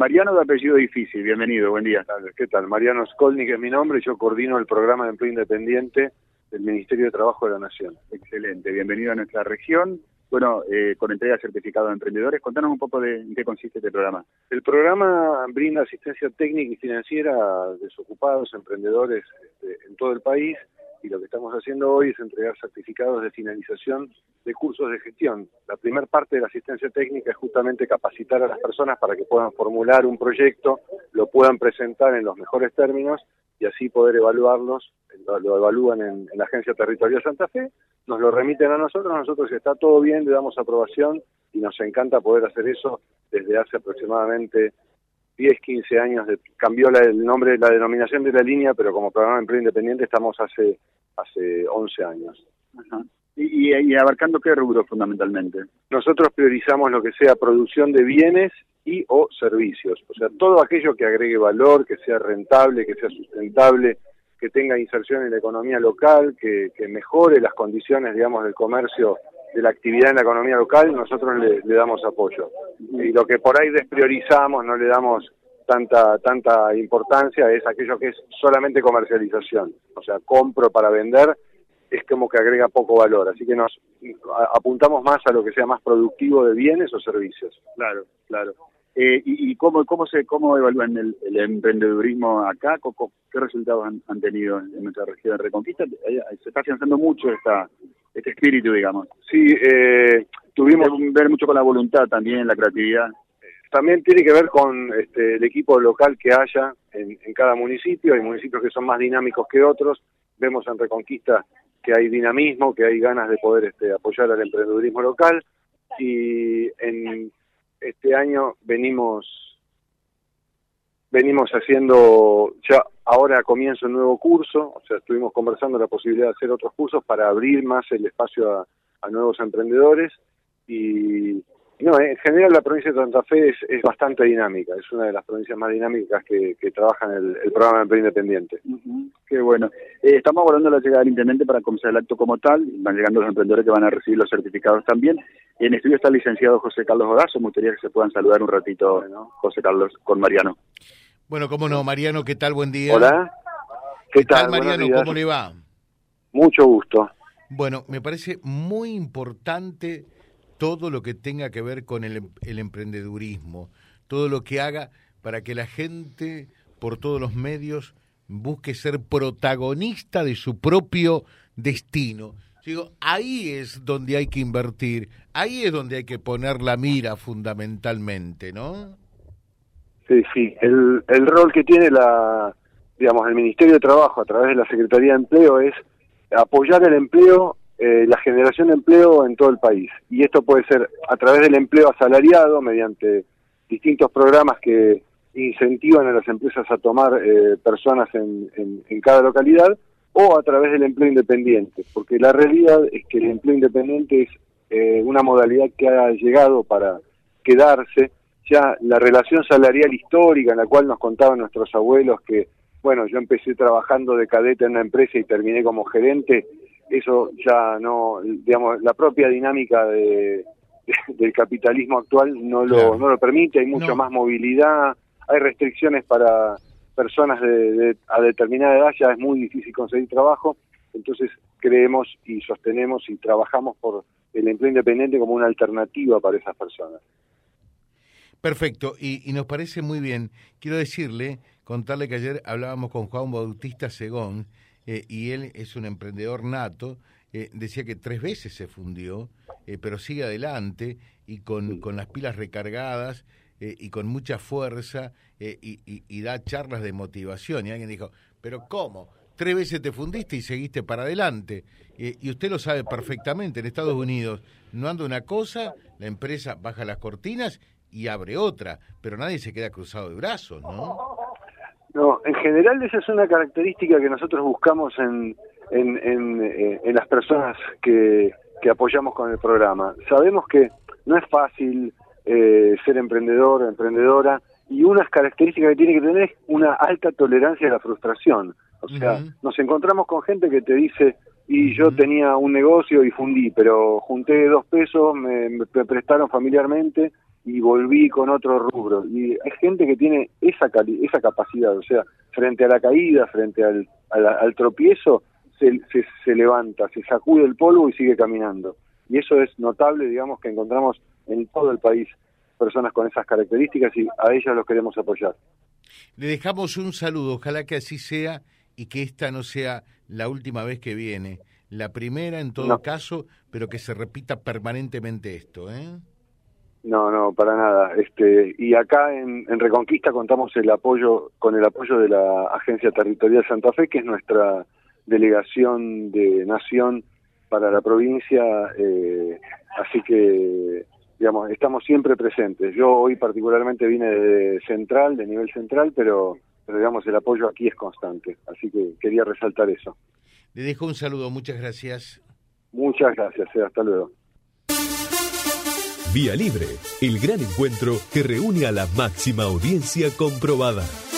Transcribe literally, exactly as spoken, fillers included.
Mariano de apellido difícil, bienvenido, buen día. ¿Qué tal? Mariano Skolnik es mi nombre y yo coordino el programa de empleo independiente del Ministerio de Trabajo de la Nación. Excelente, bienvenido a nuestra región. Bueno, eh, con entrega de certificado de emprendedores, contanos un poco de en qué consiste este programa. El programa brinda asistencia técnica y financiera a desocupados, emprendedores este, en todo el país, y lo que estamos haciendo hoy es entregar certificados de finalización de cursos de gestión. La primera parte de la asistencia técnica es justamente capacitar a las personas para que puedan formular un proyecto, lo puedan presentar en los mejores términos y así poder evaluarlos. Lo, lo evalúan en, en la Agencia Territorial Santa Fe, nos lo remiten a nosotros, nosotros si está todo bien le damos aprobación y nos encanta poder hacer eso desde hace aproximadamente diez, quince años. De, cambió la, el nombre, la denominación de la línea, pero como programa de empleo independiente estamos hace hace once años. Ajá. ¿Y, y, y abarcando qué rubro fundamentalmente? Nosotros priorizamos lo que sea producción de bienes y o servicios, o sea, todo aquello que agregue valor, que sea rentable, que sea sustentable, que tenga inserción en la economía local, que, que mejore las condiciones, digamos, del comercio, de la actividad en la economía local, nosotros le, le damos apoyo. Y lo que por ahí despriorizamos, no le damos tanta tanta importancia, es aquello que es solamente comercialización, o sea, compro para vender, es como que agrega poco valor, así que nos apuntamos más a lo que sea más productivo de bienes o servicios. Claro, claro. Eh, y, ¿Y cómo cómo se cómo evalúan el, el emprendedurismo acá? ¿Qué resultados han, han tenido en nuestra región de Reconquista? Se está afianzando mucho esta este espíritu, digamos. Sí, eh, tuvimos que ver mucho con la voluntad también, la creatividad. También tiene que ver con este, el equipo local que haya en, en cada municipio. Hay municipios que son más dinámicos que otros. Vemos en Reconquista que hay dinamismo, que hay ganas de poder este, apoyar al emprendedurismo local. Y en este año venimos venimos haciendo, ya ahora comienza un nuevo curso, o sea, estuvimos conversando la posibilidad de hacer otros cursos para abrir más el espacio a, a nuevos emprendedores. Y no, en general la provincia de Santa Fe es, es bastante dinámica, es una de las provincias más dinámicas que, que trabajan el, el programa de empleo independiente. Uh-huh. Qué bueno. Eh, estamos abordando la llegada del intendente para comenzar el acto como tal, van llegando los emprendedores que van a recibir los certificados también. En estudio está el licenciado José Carlos Odazo, me gustaría que se puedan saludar un ratito, bueno, José Carlos, con Mariano. Bueno, cómo no, Mariano, ¿qué tal? Buen día. Hola. ¿Qué, ¿Qué tal, tal Mariano? ¿Cómo le va? Mucho gusto. Bueno, me parece muy importante todo lo que tenga que ver con el, el emprendedurismo, todo lo que haga para que la gente, por todos los medios, busque ser protagonista de su propio destino. Digo, ahí es donde hay que invertir, ahí es donde hay que poner la mira fundamentalmente, ¿no? Sí, sí, el, el rol que tiene la, digamos, el Ministerio de Trabajo a través de la Secretaría de Empleo es apoyar el empleo, eh, la generación de empleo en todo el país. Y esto puede ser a través del empleo asalariado, mediante distintos programas que incentivan a las empresas a tomar eh, personas en, en, en cada localidad, o a través del empleo independiente, porque la realidad es que el empleo independiente es eh, una modalidad que ha llegado para quedarse. Ya la relación salarial histórica en la cual nos contaban nuestros abuelos que, bueno, yo empecé trabajando de cadete en una empresa y terminé como gerente, eso ya no, digamos, la propia dinámica de, de, del capitalismo actual no lo, claro. no lo permite, hay mucho no. más movilidad, hay restricciones para personas de, de, a determinada edad, ya es muy difícil conseguir trabajo, entonces creemos y sostenemos y trabajamos por el empleo independiente como una alternativa para esas personas. Perfecto, y, y nos parece muy bien. Quiero decirle, contarle que ayer hablábamos con Juan Bautista Segón, eh, y él es un emprendedor nato, eh, decía que tres veces se fundió, eh, pero sigue adelante y con, con las pilas recargadas eh, y con mucha fuerza eh, y, y, y da charlas de motivación. Y alguien dijo, ¿pero cómo? Tres veces te fundiste y seguiste para adelante. Eh, y usted lo sabe perfectamente, en Estados Unidos no anda una cosa, la empresa baja las cortinas y abre otra, pero nadie se queda cruzado de brazos, ¿no? No, en general esa es una característica que nosotros buscamos en en, en, eh, en las personas que, que apoyamos con el programa. Sabemos que no es fácil eh, ser emprendedor, emprendedora, y unas características que tiene que tener es una alta tolerancia a la frustración. O sea, uh-huh. nos encontramos con gente que te dice, y yo uh-huh. tenía un negocio y fundí, pero junté dos pesos, me, me prestaron familiarmente, y volví con otro rubro. Y hay gente que tiene esa cali esa capacidad, o sea, frente a la caída, frente al, al, al tropiezo, se, se, se levanta, se sacude el polvo y sigue caminando. Y eso es notable, digamos, que encontramos en todo el país personas con esas características y a ellas los queremos apoyar. Le dejamos un saludo, ojalá que así sea y que esta no sea la última vez que viene, la primera en todo no. caso, pero que se repita permanentemente esto, ¿eh? No, no, para nada. Este, y acá en, en Reconquista contamos el apoyo con el apoyo de la Agencia Territorial Santa Fe, que es nuestra delegación de nación para la provincia, eh, así que, digamos, estamos siempre presentes. Yo hoy particularmente vine de central, de nivel central, pero, pero digamos, el apoyo aquí es constante, así que quería resaltar eso. Le dejo un saludo, muchas gracias. Muchas gracias, eh, hasta luego. Vía Libre, el gran encuentro que reúne a la máxima audiencia comprobada.